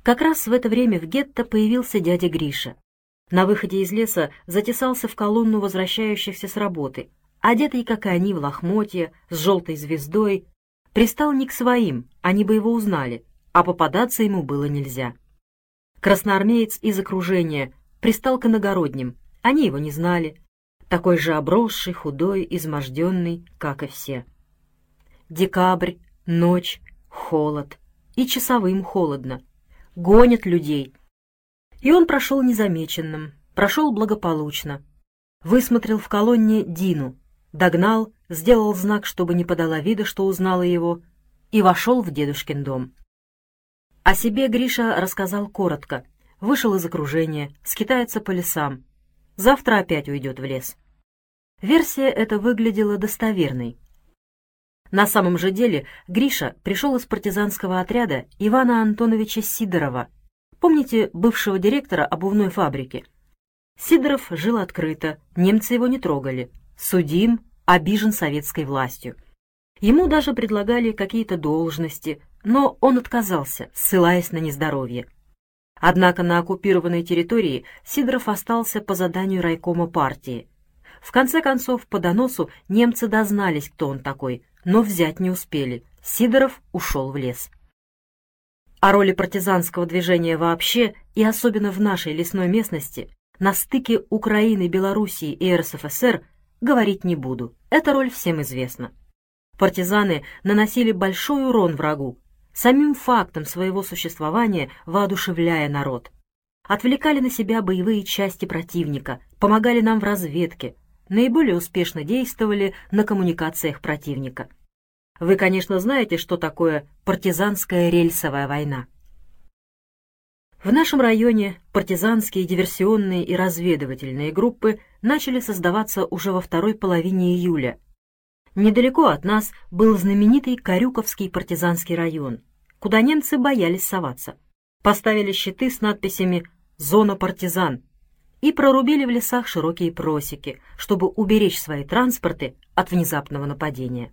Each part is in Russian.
Как раз в это время в гетто появился дядя Гриша. На выходе из леса затесался в колонну возвращающихся с работы, одетый, как и они, в лохмотья, с желтой звездой, пристал не к своим, они бы его узнали, а попадаться ему было нельзя. Красноармеец из окружения пристал к иногородним, они его не знали, такой же обросший, худой, изможденный, как и все. Декабрь, ночь, холод, и часовым холодно, гонят людей. И он прошел незамеченным, прошел благополучно, высмотрел в колонне Дину, догнал, сделал знак, чтобы не подала вида, что узнала его, и вошел в дедушкин дом. О себе Гриша рассказал коротко, вышел из окружения, скитается по лесам, завтра опять уйдет в лес. Версия эта выглядела достоверной. На самом же деле Гриша пришел из партизанского отряда Ивана Антоновича Сидорова, помните бывшего директора обувной фабрики? Сидоров жил открыто, немцы его не трогали, судим, обижен советской властью. Ему даже предлагали какие-то должности, но он отказался, ссылаясь на нездоровье. Однако на оккупированной территории Сидоров остался по заданию райкома партии. В конце концов, по доносу немцы дознались, кто он такой, но взять не успели. Сидоров ушел в лес. О роли партизанского движения вообще, и особенно в нашей лесной местности, на стыке Украины, Белоруссии и РСФСР, говорить не буду. Эта роль всем известна. Партизаны наносили большой урон врагу, самим фактом своего существования воодушевляя народ. Отвлекали на себя боевые части противника, помогали нам в разведке, наиболее успешно действовали на коммуникациях противника. Вы, конечно, знаете, что такое партизанская рельсовая война. В нашем районе партизанские диверсионные и разведывательные группы начали создаваться уже во второй половине июля. Недалеко от нас был знаменитый Корюковский партизанский район, куда немцы боялись соваться. Поставили щиты с надписями «Зона партизан» и прорубили в лесах широкие просеки, чтобы уберечь свои транспорты от внезапного нападения.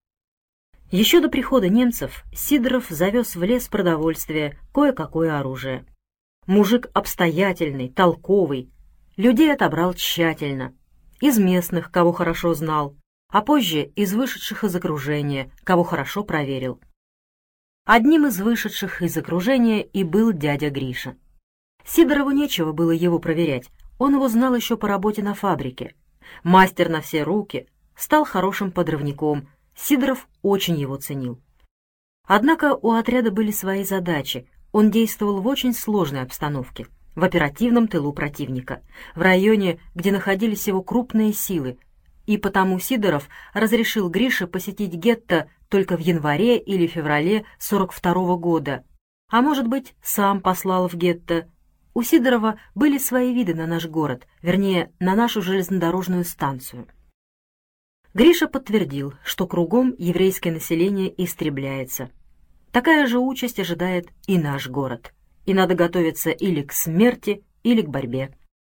Еще до прихода немцев Сидоров завез в лес продовольствие, кое-какое оружие. Мужик обстоятельный, толковый, людей отобрал тщательно. Из местных, кого хорошо знал, а позже из вышедших из окружения, кого хорошо проверил. Одним из вышедших из окружения и был дядя Гриша. Сидорову нечего было его проверять, он его знал еще по работе на фабрике. Мастер на все руки, стал хорошим подрывником, Сидоров очень его ценил. Однако у отряда были свои задачи, он действовал в очень сложной обстановке, в оперативном тылу противника, в районе, где находились его крупные силы, и потому Сидоров разрешил Грише посетить гетто только в январе или феврале 42-го года, а может быть, сам послал в гетто. У Сидорова были свои виды на наш город, вернее, на нашу железнодорожную станцию. Гриша подтвердил, что кругом еврейское население истребляется. Такая же участь ожидает и наш город, и надо готовиться или к смерти, или к борьбе.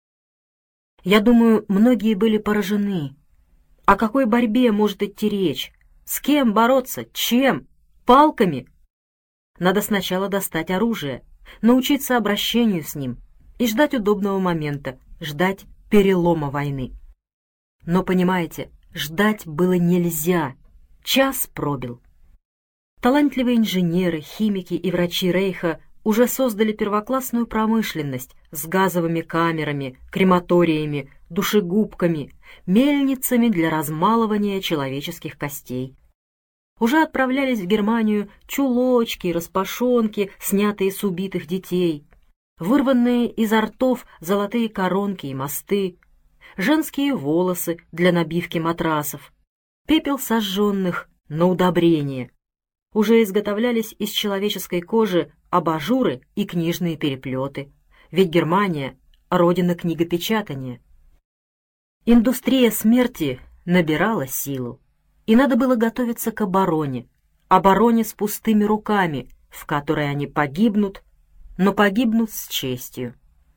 Я думаю, многие были поражены. О какой борьбе может идти речь? С кем бороться? Чем? Палками? Надо сначала достать оружие, научиться обращению с ним и ждать удобного момента, ждать перелома войны. Но, понимаете, ждать было нельзя. Час пробил. Талантливые инженеры, химики и врачи Рейха уже создали первоклассную промышленность с газовыми камерами, крематориями, душегубками, мельницами для размалывания человеческих костей. Уже отправлялись в Германию чулочки, распашонки, снятые с убитых детей, вырванные изо ртов золотые коронки и мосты, женские волосы для набивки матрасов, пепел сожженных на удобрение. Уже изготовлялись из человеческой кожи абажуры и книжные переплеты, ведь Германия — родина книгопечатания. Индустрия смерти набирала силу, и надо было готовиться к обороне с пустыми руками, в которой они погибнут, но погибнут с честью.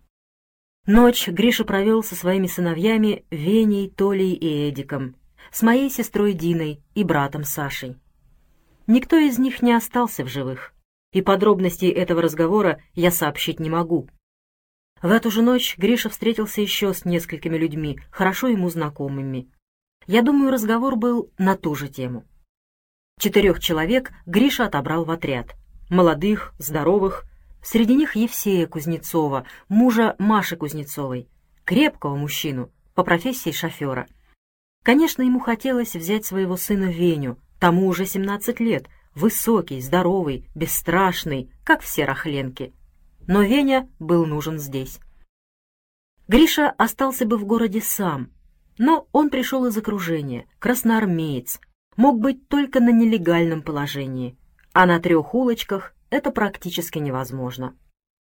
Ночь Гриша провел со своими сыновьями Веней, Толей и Эдиком, с моей сестрой Диной и братом Сашей. Никто из них не остался в живых. и подробностей этого разговора я сообщить не могу. В эту же ночь Гриша встретился еще с несколькими людьми, хорошо ему знакомыми. Я думаю, разговор был на ту же тему. 4 человек Гриша отобрал в отряд. Молодых, здоровых. Среди них Евсея Кузнецова, мужа Маши Кузнецовой, крепкого мужчину, по профессии шофера. Конечно, ему хотелось взять своего сына Веню, тому уже 17 лет, высокий, здоровый, бесстрашный, как все рахленки. Но Веня был нужен здесь. Гриша остался бы в городе сам, но он пришел из окружения, красноармеец, мог быть только на нелегальном положении, а на 3 улочках это практически невозможно.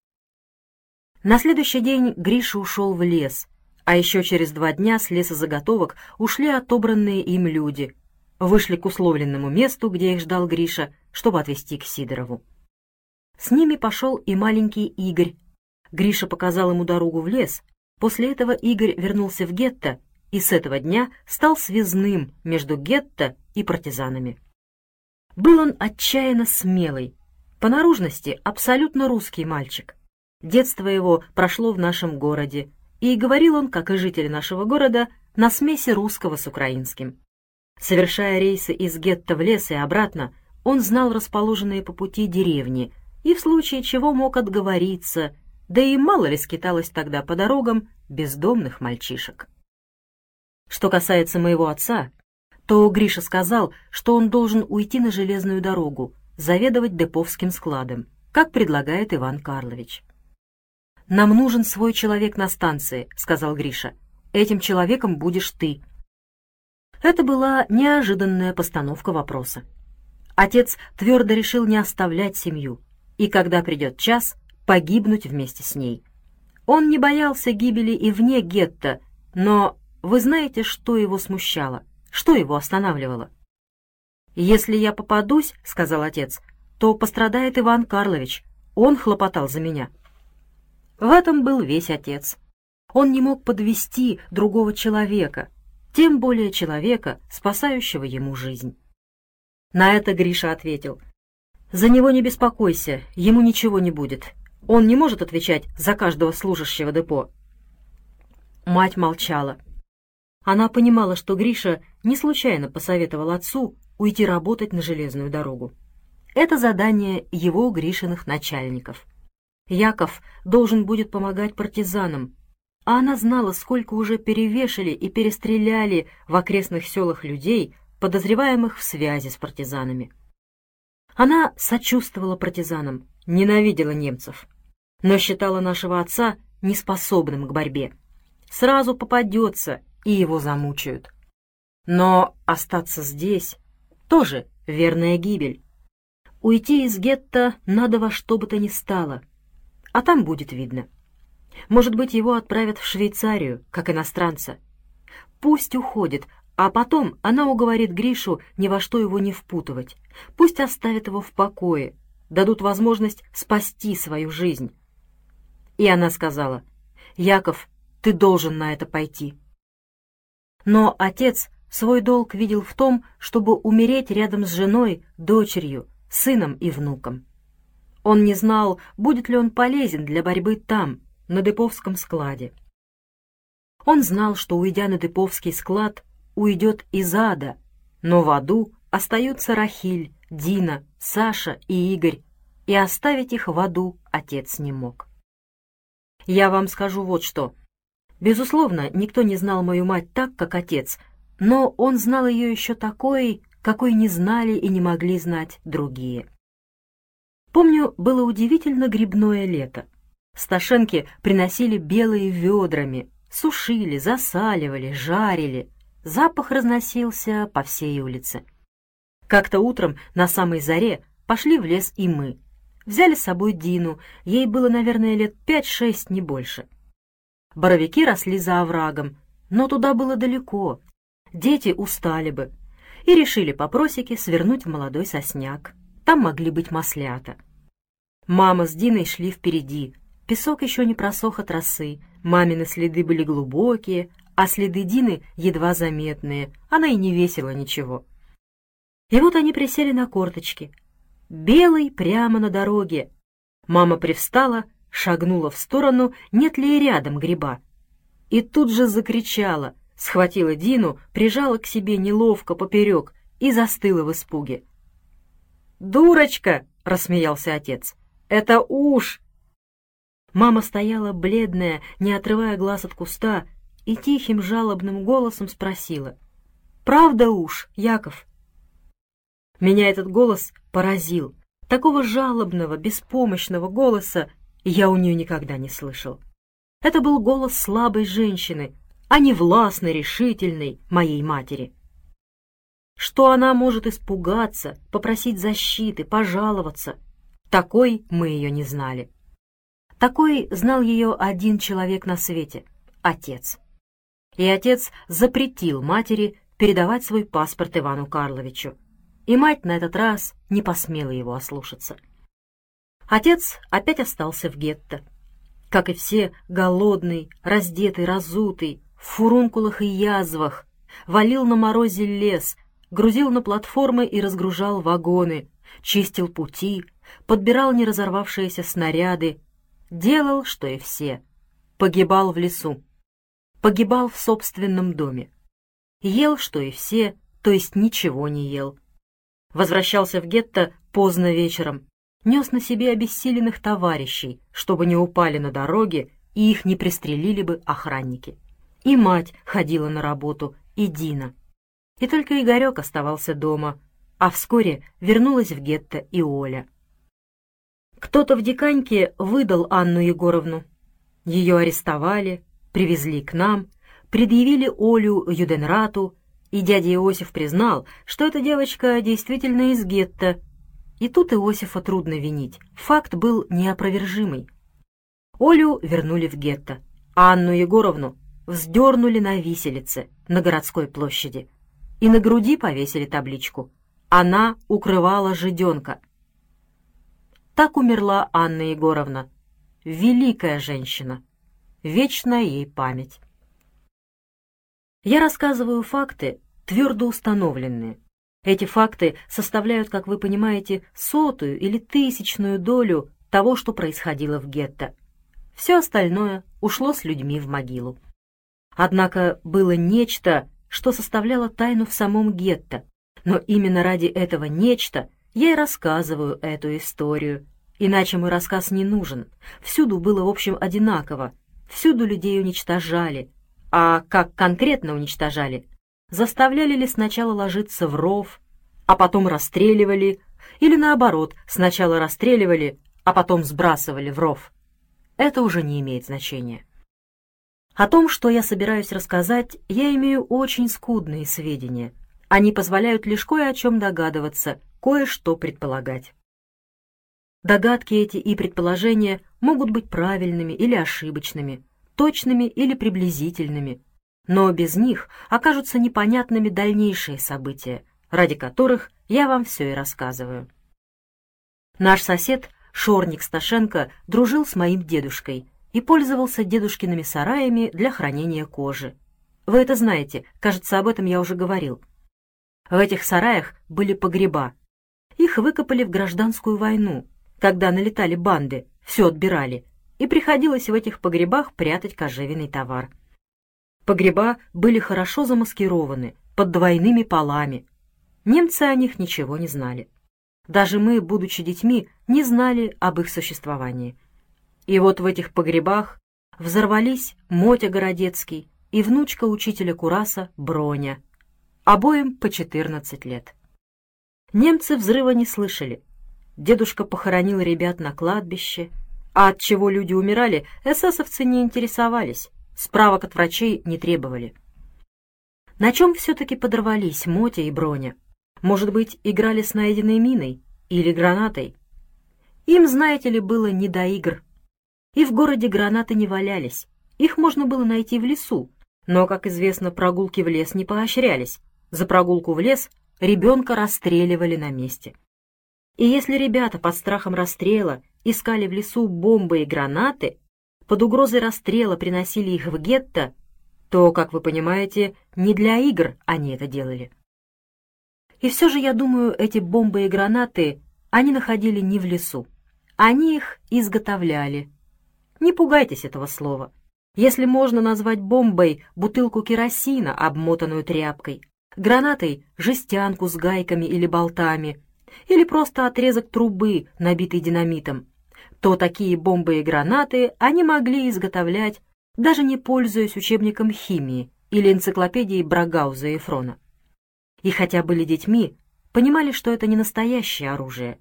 На следующий день Гриша ушел в лес, а еще через 2 дня с лесозаготовок ушли отобранные им люди, вышли к условленному месту, где их ждал Гриша, чтобы отвезти к Сидорову. С ними пошел и маленький Игорь. Гриша показал ему дорогу в лес. После этого Игорь вернулся в гетто и с этого дня стал связным между гетто и партизанами. Был он отчаянно смелый, по наружности абсолютно русский мальчик. Детство его прошло в нашем городе, и говорил он, как и жители нашего города, на смеси русского с украинским. Совершая рейсы из гетто в лес и обратно, он знал расположенные по пути деревни и в случае чего мог отговориться, да и мало ли скиталось тогда по дорогам бездомных мальчишек. Что касается моего отца, то Гриша сказал, что он должен уйти на железную дорогу, заведовать деповским складом, как предлагает Иван Карлович. «Нам нужен свой человек на станции», — сказал Гриша. «Этим человеком будешь ты». Это была неожиданная постановка вопроса. Отец твердо решил не оставлять семью, и когда придет час, погибнуть вместе с ней. Он не боялся гибели и вне гетто, но вы знаете, что его смущало, что его останавливало? «Если я попадусь, — сказал отец, — то пострадает Иван Карлович, он хлопотал за меня». В этом был весь отец. Он не мог подвести другого человека, тем более человека, спасающего ему жизнь. На это Гриша ответил: «За него не беспокойся, ему ничего не будет. Он не может отвечать за каждого служащего депо». Мать молчала. Она понимала, что Гриша не случайно посоветовал отцу уйти работать на железную дорогу. Это задание его, Гришиных, начальников. Яков должен будет помогать партизанам, а она знала, сколько уже перевешали и перестреляли в окрестных селах людей, подозреваемых в связи с партизанами. Она сочувствовала партизанам, ненавидела немцев, но считала нашего отца неспособным к борьбе. Сразу попадется, и его замучают. Но остаться здесь тоже верная гибель. Уйти из гетто надо во что бы то ни стало, а там будет видно. Может быть, его отправят в Швейцарию, как иностранца. Пусть уходит, а потом она уговорит Гришу ни во что его не впутывать. Пусть оставят его в покое, дадут возможность спасти свою жизнь. И она сказала: «Яков, ты должен на это пойти». Но отец свой долг видел в том, чтобы умереть рядом с женой, дочерью, сыном и внуком. Он не знал, будет ли он полезен для борьбы там, на деповском складе. Он знал, что, уйдя на деповский склад, уйдет из ада, но в аду остаются Рахиль, Дина, Саша и Игорь, и оставить их в аду отец не мог. Я вам скажу вот что. Безусловно, никто не знал мою мать так, как отец, но он знал ее еще такой, какой не знали и не могли знать другие. Помню, было удивительно грибное лето. Сташенки приносили белые ведрами, сушили, засаливали, жарили. Запах разносился по всей улице. Как-то утром на самой заре пошли в лес и мы. Взяли с собой Дину, ей было, наверное, лет 5-6, не больше. Боровики росли за оврагом, но туда было далеко. Дети устали бы. И решили по просеке свернуть в молодой сосняк. Там могли быть маслята. Мама с Диной шли впереди. Песок еще не просох от росы. Мамины следы были глубокие, а следы Дины едва заметные. Она и не весила ничего. И вот они присели на корточки. белый прямо на дороге. Мама привстала, шагнула в сторону, нет ли и рядом гриба. И тут же закричала, схватила Дину, прижала к себе неловко поперек и застыла в испуге. «Дурочка!» — рассмеялся отец. «Это уж!» Мама стояла бледная, не отрывая глаз от куста, и тихим жалобным голосом спросила. «Правда уж, Яков?» Меня этот голос поразил. Такого жалобного, беспомощного голоса я у нее никогда не слышал. Это был голос слабой женщины, а не властной, решительной моей матери. Что она может испугаться, попросить защиты, пожаловаться? Такой мы ее не знали. Такой знал ее один человек на свете — отец. И отец запретил матери передавать свой паспорт Ивану Карловичу. И мать на этот раз не посмела его ослушаться. Отец опять остался в гетто. Как и все, голодный, раздетый, разутый, в фурункулах и язвах, валил на морозе лес, грузил на платформы и разгружал вагоны, чистил пути, подбирал неразорвавшиеся снаряды, делал, что и все, погибал в лесу, погибал в собственном доме, ел, что и все, то есть ничего не ел. Возвращался в гетто поздно вечером, нес на себе обессиленных товарищей, чтобы не упали на дороге и их не пристрелили бы охранники. И мать ходила на работу, и Дина. И только Игорек оставался дома, а вскоре вернулась в гетто и Оля. Кто-то в Диканьке выдал Анну Егоровну. Ее арестовали, привезли к нам, предъявили Олю Юденрату, и дядя Иосиф признал, что эта девочка действительно из гетто. И тут Иосифа трудно винить, факт был неопровержимый. Олю вернули в гетто, а Анну Егоровну вздернули на виселице на городской площади и на груди повесили табличку «Она укрывала жиденка». Так умерла Анна Егоровна, великая женщина, вечная ей память. Я рассказываю факты, твердо установленные. Эти факты составляют, как вы понимаете, 100-ую или 1000-ную долю того, что происходило в гетто. Все остальное ушло с людьми в могилу. Однако было нечто, что составляло тайну в самом гетто, но именно ради этого нечто я и рассказываю эту историю. Иначе мой рассказ не нужен. Всюду было, в общем, одинаково. Всюду людей уничтожали. А как конкретно уничтожали? Заставляли ли сначала ложиться в ров, а потом расстреливали, или наоборот, сначала расстреливали, а потом сбрасывали в ров? Это уже не имеет значения. О том, что я собираюсь рассказать, я имею очень скудные сведения. Они позволяют лишь кое о чем догадываться, кое-что предполагать. Догадки эти и предположения могут быть правильными или ошибочными, точными или приблизительными, но без них окажутся непонятными дальнейшие события, ради которых я вам все и рассказываю. Наш сосед, Шорник Сташенко, дружил с моим дедушкой и пользовался дедушкиными сараями для хранения кожи. Вы это знаете, кажется, об этом я уже говорил. В этих сараях были погреба. Их выкопали в гражданскую войну, когда налетали банды, все отбирали, и приходилось в этих погребах прятать кожевенный товар. Погреба были хорошо замаскированы, под двойными полами. Немцы о них ничего не знали. Даже мы, будучи детьми, не знали об их существовании. И вот в этих погребах взорвались Мотя Городецкий и внучка учителя Кураса Броня, обоим по 14 лет. Немцы взрыва не слышали. Дедушка похоронил ребят на кладбище, а от чего люди умирали, эсэсовцы не интересовались, справок от врачей не требовали. На чем все-таки подорвались Мотя и Броня? Может быть, играли с найденной миной или гранатой? Им, знаете ли, было не до игр. И в городе гранаты не валялись, их можно было найти в лесу, но, как известно, прогулки в лес не поощрялись. За прогулку в лес ребенка расстреливали на месте. И если ребята под страхом расстрела искали в лесу бомбы и гранаты, под угрозой расстрела приносили их в гетто, то, как вы понимаете, не для игр они это делали. И все же, я думаю, эти бомбы и гранаты они находили не в лесу. Они их изготовляли. Не пугайтесь этого слова. Если можно назвать бомбой бутылку керосина, обмотанную тряпкой, гранатой жестянку с гайками или болтами, или просто отрезок трубы, набитый динамитом, то такие бомбы и гранаты они могли изготовлять, даже не пользуясь учебником химии или энциклопедией Брагауза и Фрона. И хотя были детьми, понимали, что это не настоящее оружие.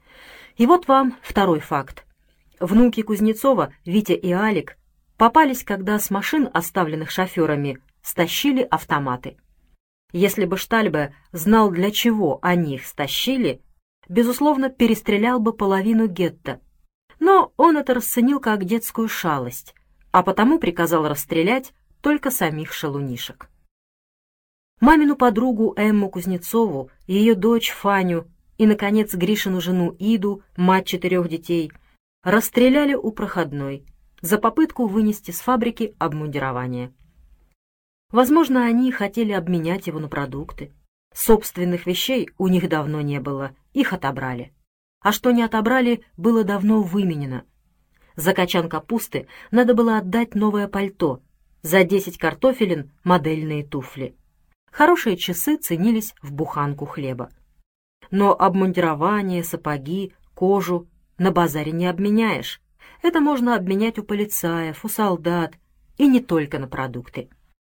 И вот вам второй факт. Внуки Кузнецова, Витя и Алик, попались, когда с машин, оставленных шоферами, стащили автоматы. Если бы Штальбе знал, для чего они их стащили, безусловно, перестрелял бы половину гетто. Но он это расценил как детскую шалость, а потому приказал расстрелять только самих шалунишек. Мамину подругу Эмму Кузнецову, ее дочь Фаню и, наконец, Гришину жену Иду, мать 4 детей, расстреляли у проходной за попытку вынести с фабрики обмундирование. Возможно, они хотели обменять его на продукты. Собственных вещей у них давно не было, их отобрали. А что не отобрали, было давно выменено. За качан капусты надо было отдать новое пальто, за 10 картофелин — модельные туфли. Хорошие часы ценились в буханку хлеба. Но обмундирование, сапоги, кожу на базаре не обменяешь. Это можно обменять у полицаев, у солдат, и не только на продукты.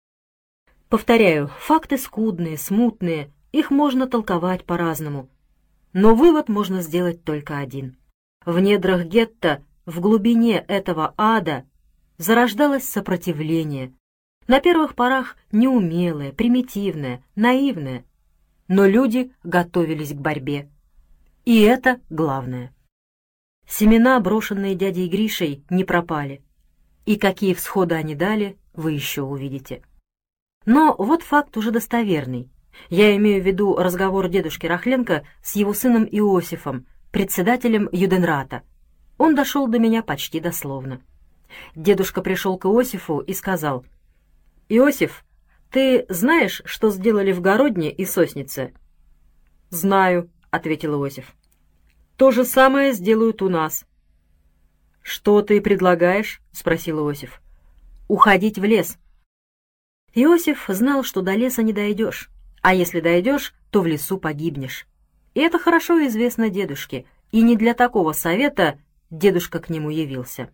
Повторяю, факты скудные, смутные, их можно толковать по-разному. Но вывод можно сделать только один. В недрах гетто, в глубине этого ада, зарождалось сопротивление. На первых порах неумелое, примитивное, наивное. Но люди готовились к борьбе. И это главное. Семена, брошенные дядей Гришей, не пропали. И какие всходы они дали, вы еще увидите. Но вот факт уже достоверный. Я имею в виду разговор дедушки Рахленко с его сыном Иосифом, председателем Юденрата. Он дошел до меня почти дословно. Дедушка пришел к Иосифу и сказал: «Иосиф, ты знаешь, что сделали в Городне и Соснице?» «Знаю», — ответил Иосиф. «То же самое сделают у нас». «Что ты предлагаешь?» — спросил Иосиф. «Уходить в лес». Иосиф знал, что до леса не дойдешь, а если дойдешь, то в лесу погибнешь. И это хорошо известно дедушке, и не для такого совета дедушка к нему явился.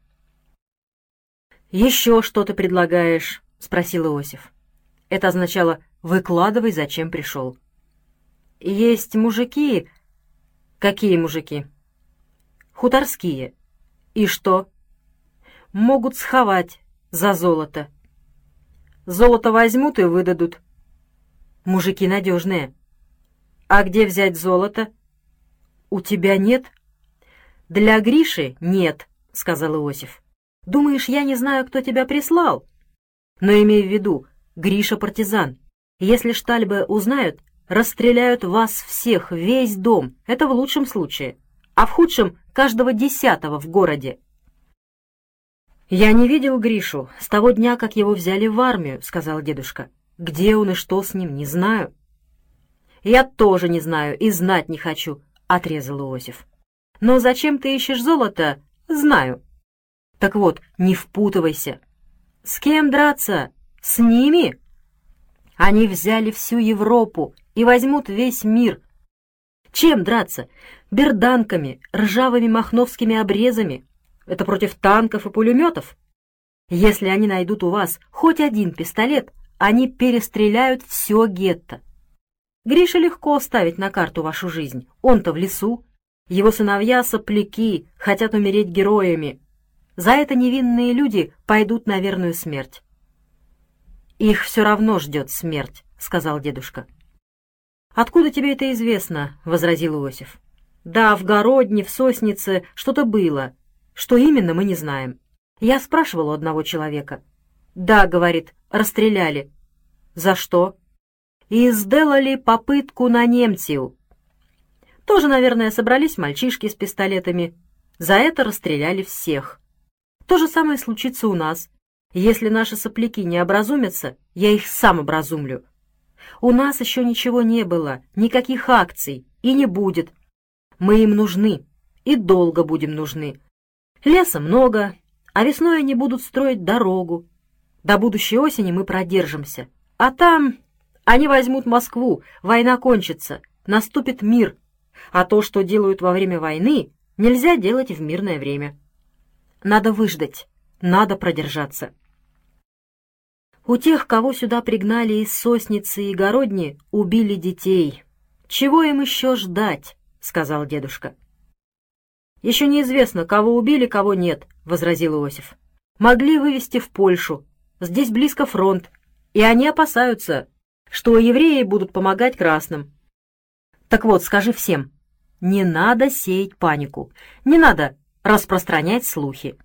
«Еще что ты предлагаешь?» — спросил Иосиф. Это означало «выкладывай, зачем пришел». «Есть мужики...» «Какие мужики?» «Хуторские». «И что?» «Могут сховать за золото». «Золото возьмут и выдадут». «Мужики надежные». «А где взять золото?» «У тебя нет?» «Для Гриши нет», — сказал Иосиф. «Думаешь, я не знаю, кто тебя прислал? Но имей в виду, Гриша партизан. Если Штальбе узнают, расстреляют вас всех, весь дом. Это в лучшем случае. А в худшем — каждого 10-го в городе». «Я не видел Гришу с того дня, как его взяли в армию», — сказал дедушка. «Где он и что с ним, не знаю». «Я тоже не знаю и знать не хочу», — отрезал Иосиф. «Но зачем ты ищешь золото, знаю». «Так вот, не впутывайся». «С кем драться? С ними?» «Они взяли всю Европу и возьмут весь мир». «Чем драться? Берданками, ржавыми махновскими обрезами? Это против танков и пулеметов. Если они найдут у вас хоть один пистолет, они перестреляют все гетто. Грише легко ставить на карту вашу жизнь. Он-то в лесу. Его сыновья сопляки, хотят умереть героями. За это невинные люди пойдут на верную смерть». «Их все равно ждет смерть», — сказал дедушка. «Откуда тебе это известно?» — возразил Иосиф. «Да, в Городне, в Соснице что-то было. Что именно, мы не знаем. Я спрашивал у одного человека. Да, говорит, расстреляли. За что? И сделали попытку на немцев. Тоже, наверное, собрались мальчишки с пистолетами. За это расстреляли всех. То же самое случится у нас. Если наши сопляки не образумятся, я их сам образумлю. У нас еще ничего не было, никаких акций, и не будет. Мы им нужны и долго будем нужны. Леса много, а весной они будут строить дорогу. До будущей осени мы продержимся. А там они возьмут Москву, война кончится, наступит мир. А то, что делают во время войны, нельзя делать в мирное время. Надо выждать, надо продержаться. У тех, кого сюда пригнали из Сосницы и Городни, убили детей. Чего им еще ждать, сказал дедушка. Еще неизвестно, кого убили, кого нет, возразил Иосиф. Могли вывести в Польшу. Здесь близко фронт, и они опасаются, что евреи будут помогать красным. Так вот, скажи всем, не надо сеять панику, не надо распространять слухи.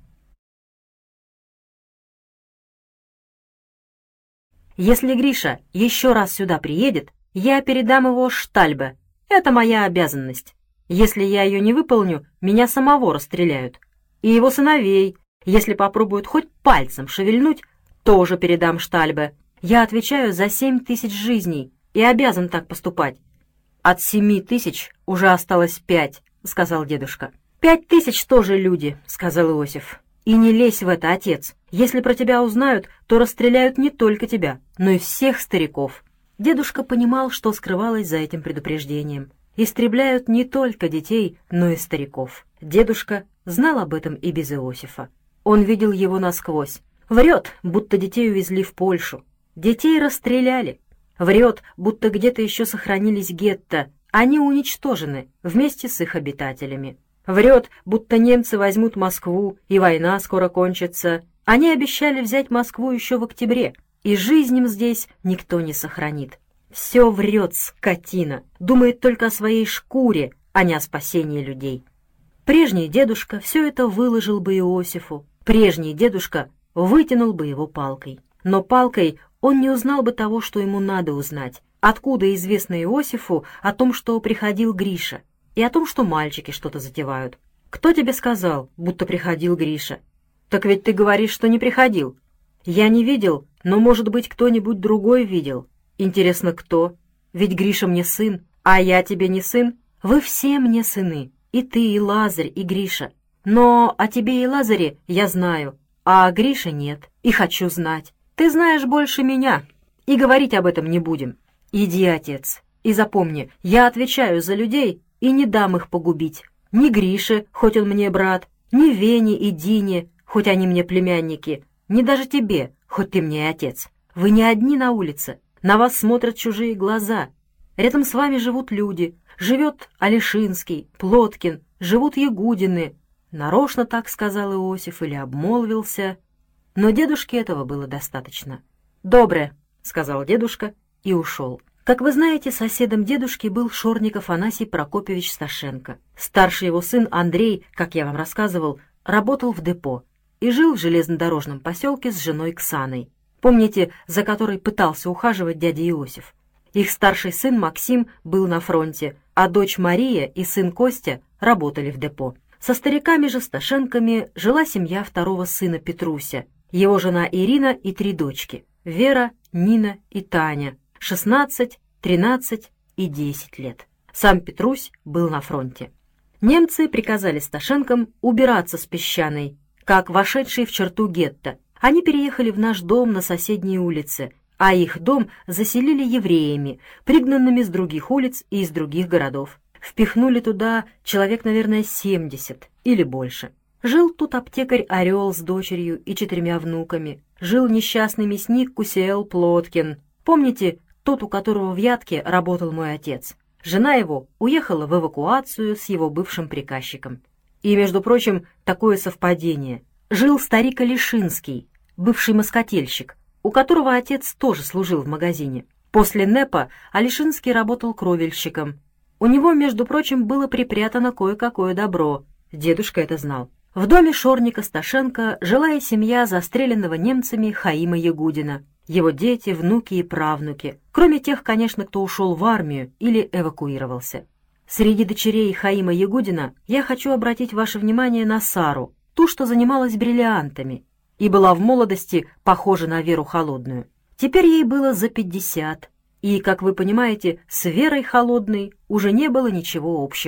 Если Гриша еще раз сюда приедет, я передам его Штальбе. Это моя обязанность. Если я ее не выполню, меня самого расстреляют. И его сыновей, если попробуют хоть пальцем шевельнуть, тоже передам Штальбе. Я отвечаю за 7000 жизней и обязан так поступать. От 7000 уже осталось 5, сказал дедушка. 5000 тоже люди, сказал Иосиф. И не лезь в это, отец. Если про тебя узнают, то расстреляют не только тебя, но и всех стариков. Дедушка понимал, что скрывалось за этим предупреждением. Истребляют не только детей, но и стариков. Дедушка знал об этом и без Иосифа. Он видел его насквозь. Врет, будто детей увезли в Польшу. Детей расстреляли. Врет, будто где-то еще сохранились гетто. Они уничтожены вместе с их обитателями. Врет, будто немцы возьмут Москву, и война скоро кончится. Они обещали взять Москву еще в октябре, и жизнь им здесь никто не сохранит. Все врет, скотина, думает только о своей шкуре, а не о спасении людей. Прежний дедушка все это выложил бы Иосифу. Прежний дедушка вытянул бы его палкой. Но палкой он не узнал бы того, что ему надо узнать. Откуда известно Иосифу о том, что приходил Гриша, и о том, что мальчики что-то затевают? Кто тебе сказал, будто приходил Гриша? Так ведь ты говоришь, что не приходил. Я не видел, но, может быть, кто-нибудь другой видел. Интересно, кто? Ведь Гриша мне сын, а я тебе не сын. Вы все мне сыны, и ты, и Лазарь, и Гриша. Но о тебе и Лазаре я знаю, а о Грише нет, и хочу знать. Ты знаешь больше меня, и говорить об этом не будем. Иди, отец, и запомни, я отвечаю за людей и не дам их погубить. Ни Грише, хоть он мне брат, ни Вене и Дине, хоть они мне племянники, ни даже тебе, хоть ты мне и отец. Вы не одни на улице, на вас смотрят чужие глаза. Рядом с вами живут люди. Живет Алешинский, Плоткин, живут Ягудины. Нарочно так сказал Иосиф или обмолвился. Но дедушке этого было достаточно. «Добре», — сказал дедушка и ушел. Как вы знаете, соседом дедушки был Шорник Афанасий Прокопьевич Сташенко. Старший его сын Андрей, как я вам рассказывал, работал в депо и жил в железнодорожном поселке с женой Ксаной. Помните, за которой пытался ухаживать дядя Иосиф? Их старший сын Максим был на фронте, а дочь Мария и сын Костя работали в депо. Со стариками же Сташенками жила семья второго сына Петруся, его жена Ирина и 3 дочки — Вера, Нина и Таня, 16, 13 и 10 лет. Сам Петрусь был на фронте. Немцы приказали Сташенкам убираться с Песчаной, как вошедшие в черту гетто. Они переехали в наш дом на соседней улице, а их дом заселили евреями, пригнанными с других улиц и из других городов. Впихнули туда человек, наверное, 70 или больше. Жил тут аптекарь Орел с дочерью и 4 внуками. Жил несчастный мясник Кусиэл Плоткин. Помните, тот, у которого в Ятке работал мой отец? Жена его уехала в эвакуацию с его бывшим приказчиком. И, между прочим, такое совпадение. Жил старик Алешинский, бывший москотельщик, у которого отец тоже служил в магазине. После НЭПа Алешинский работал кровельщиком. У него, между прочим, было припрятано кое-какое добро. Дедушка это знал. В доме Шорника Сташенко жила и семья застреленного немцами Хаима Ягудина, его дети, внуки и правнуки, кроме тех, конечно, кто ушел в армию или эвакуировался. Среди дочерей Хаима Ягудина я хочу обратить ваше внимание на Сару, ту, что занималась бриллиантами, и была в молодости похожа на Веру Холодную. Теперь ей было за 50, и, как вы понимаете, с Верой Холодной уже не было ничего общего.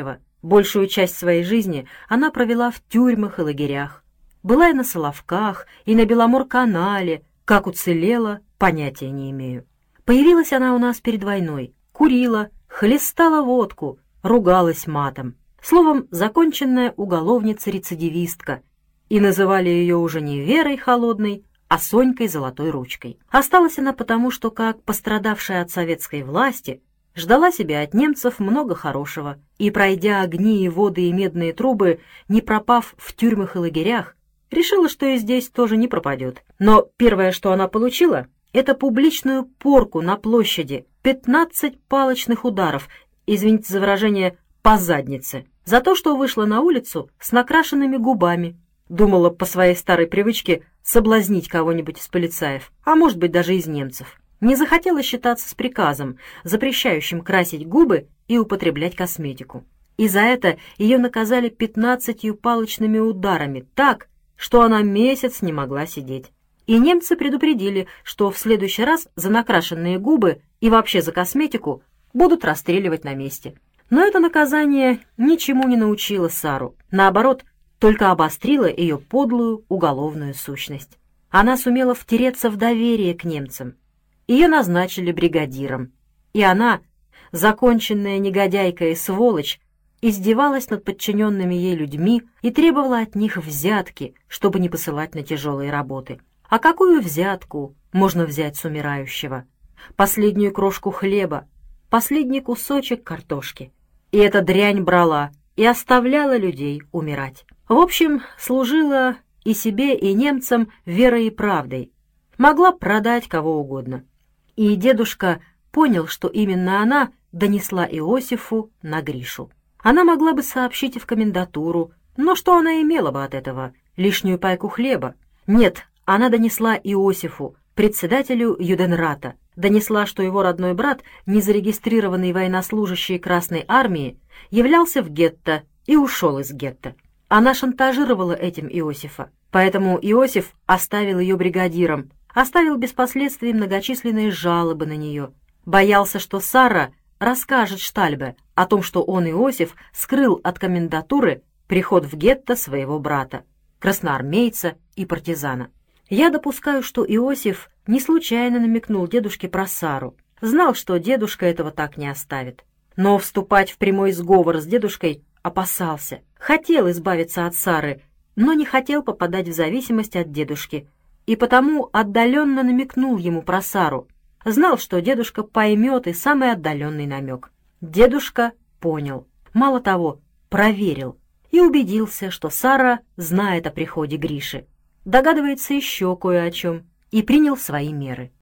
Большую часть своей жизни она провела в тюрьмах и лагерях. Была и на Соловках, и на Беломор-канале. Как уцелела, понятия не имею. Появилась она у нас перед войной. Курила, хлестала водку, ругалась матом. Словом, законченная уголовница-рецидивистка. И называли ее уже не Верой Холодной, а Сонькой Золотой Ручкой. Осталась она потому, что, как пострадавшая от советской власти, ждала себе от немцев много хорошего, и, пройдя огни и воды и медные трубы, не пропав в тюрьмах и лагерях, решила, что и здесь тоже не пропадет. Но первое, что она получила, это публичную порку на площади, 15 палочных ударов, извините за выражение, по заднице, за то, что вышла на улицу с накрашенными губами. Думала по своей старой привычке соблазнить кого-нибудь из полицаев, а может быть даже из немцев. Не захотела считаться с приказом, запрещающим красить губы и употреблять косметику. И за это ее наказали 15 палочными ударами так, что она месяц не могла сидеть. И немцы предупредили, что в следующий раз за накрашенные губы и вообще за косметику будут расстреливать на месте. Но это наказание ничему не научило Сару. Наоборот, только обострило ее подлую уголовную сущность. Она сумела втереться в доверие к немцам. Ее назначили бригадиром. И она, законченная негодяйка и сволочь, издевалась над подчиненными ей людьми и требовала от них взятки, чтобы не посылать на тяжелые работы. А какую взятку можно взять с умирающего? Последнюю крошку хлеба, последний кусочек картошки. И эта дрянь брала и оставляла людей умирать. В общем, служила и себе, и немцам верой и правдой. Могла продать кого угодно. И дедушка понял, что именно она донесла Иосифу на Гришу. Она могла бы сообщить и в комендатуру, но что она имела бы от этого? Лишнюю пайку хлеба? Нет, она донесла Иосифу, председателю Юденрата, донесла, что его родной брат, незарегистрированный военнослужащий Красной Армии, являлся в гетто и ушел из гетто. Она шантажировала этим Иосифа, поэтому Иосиф оставил ее бригадиром, оставил без последствий многочисленные жалобы на нее. Боялся, что Сара расскажет Штальбе о том, что он, Иосиф, скрыл от комендатуры приход в гетто своего брата, красноармейца и партизана. Я допускаю, что Иосиф не случайно намекнул дедушке про Сару. Знал, что дедушка этого так не оставит. Но вступать в прямой сговор с дедушкой опасался. Хотел избавиться от Сары, но не хотел попадать в зависимость от дедушки. И потому отдаленно намекнул ему про Сару. Знал, что дедушка поймет и самый отдаленный намек. Дедушка понял. Мало того, проверил. И убедился, что Сара знает о приходе Гриши. Догадывается еще кое о чем. И принял свои меры.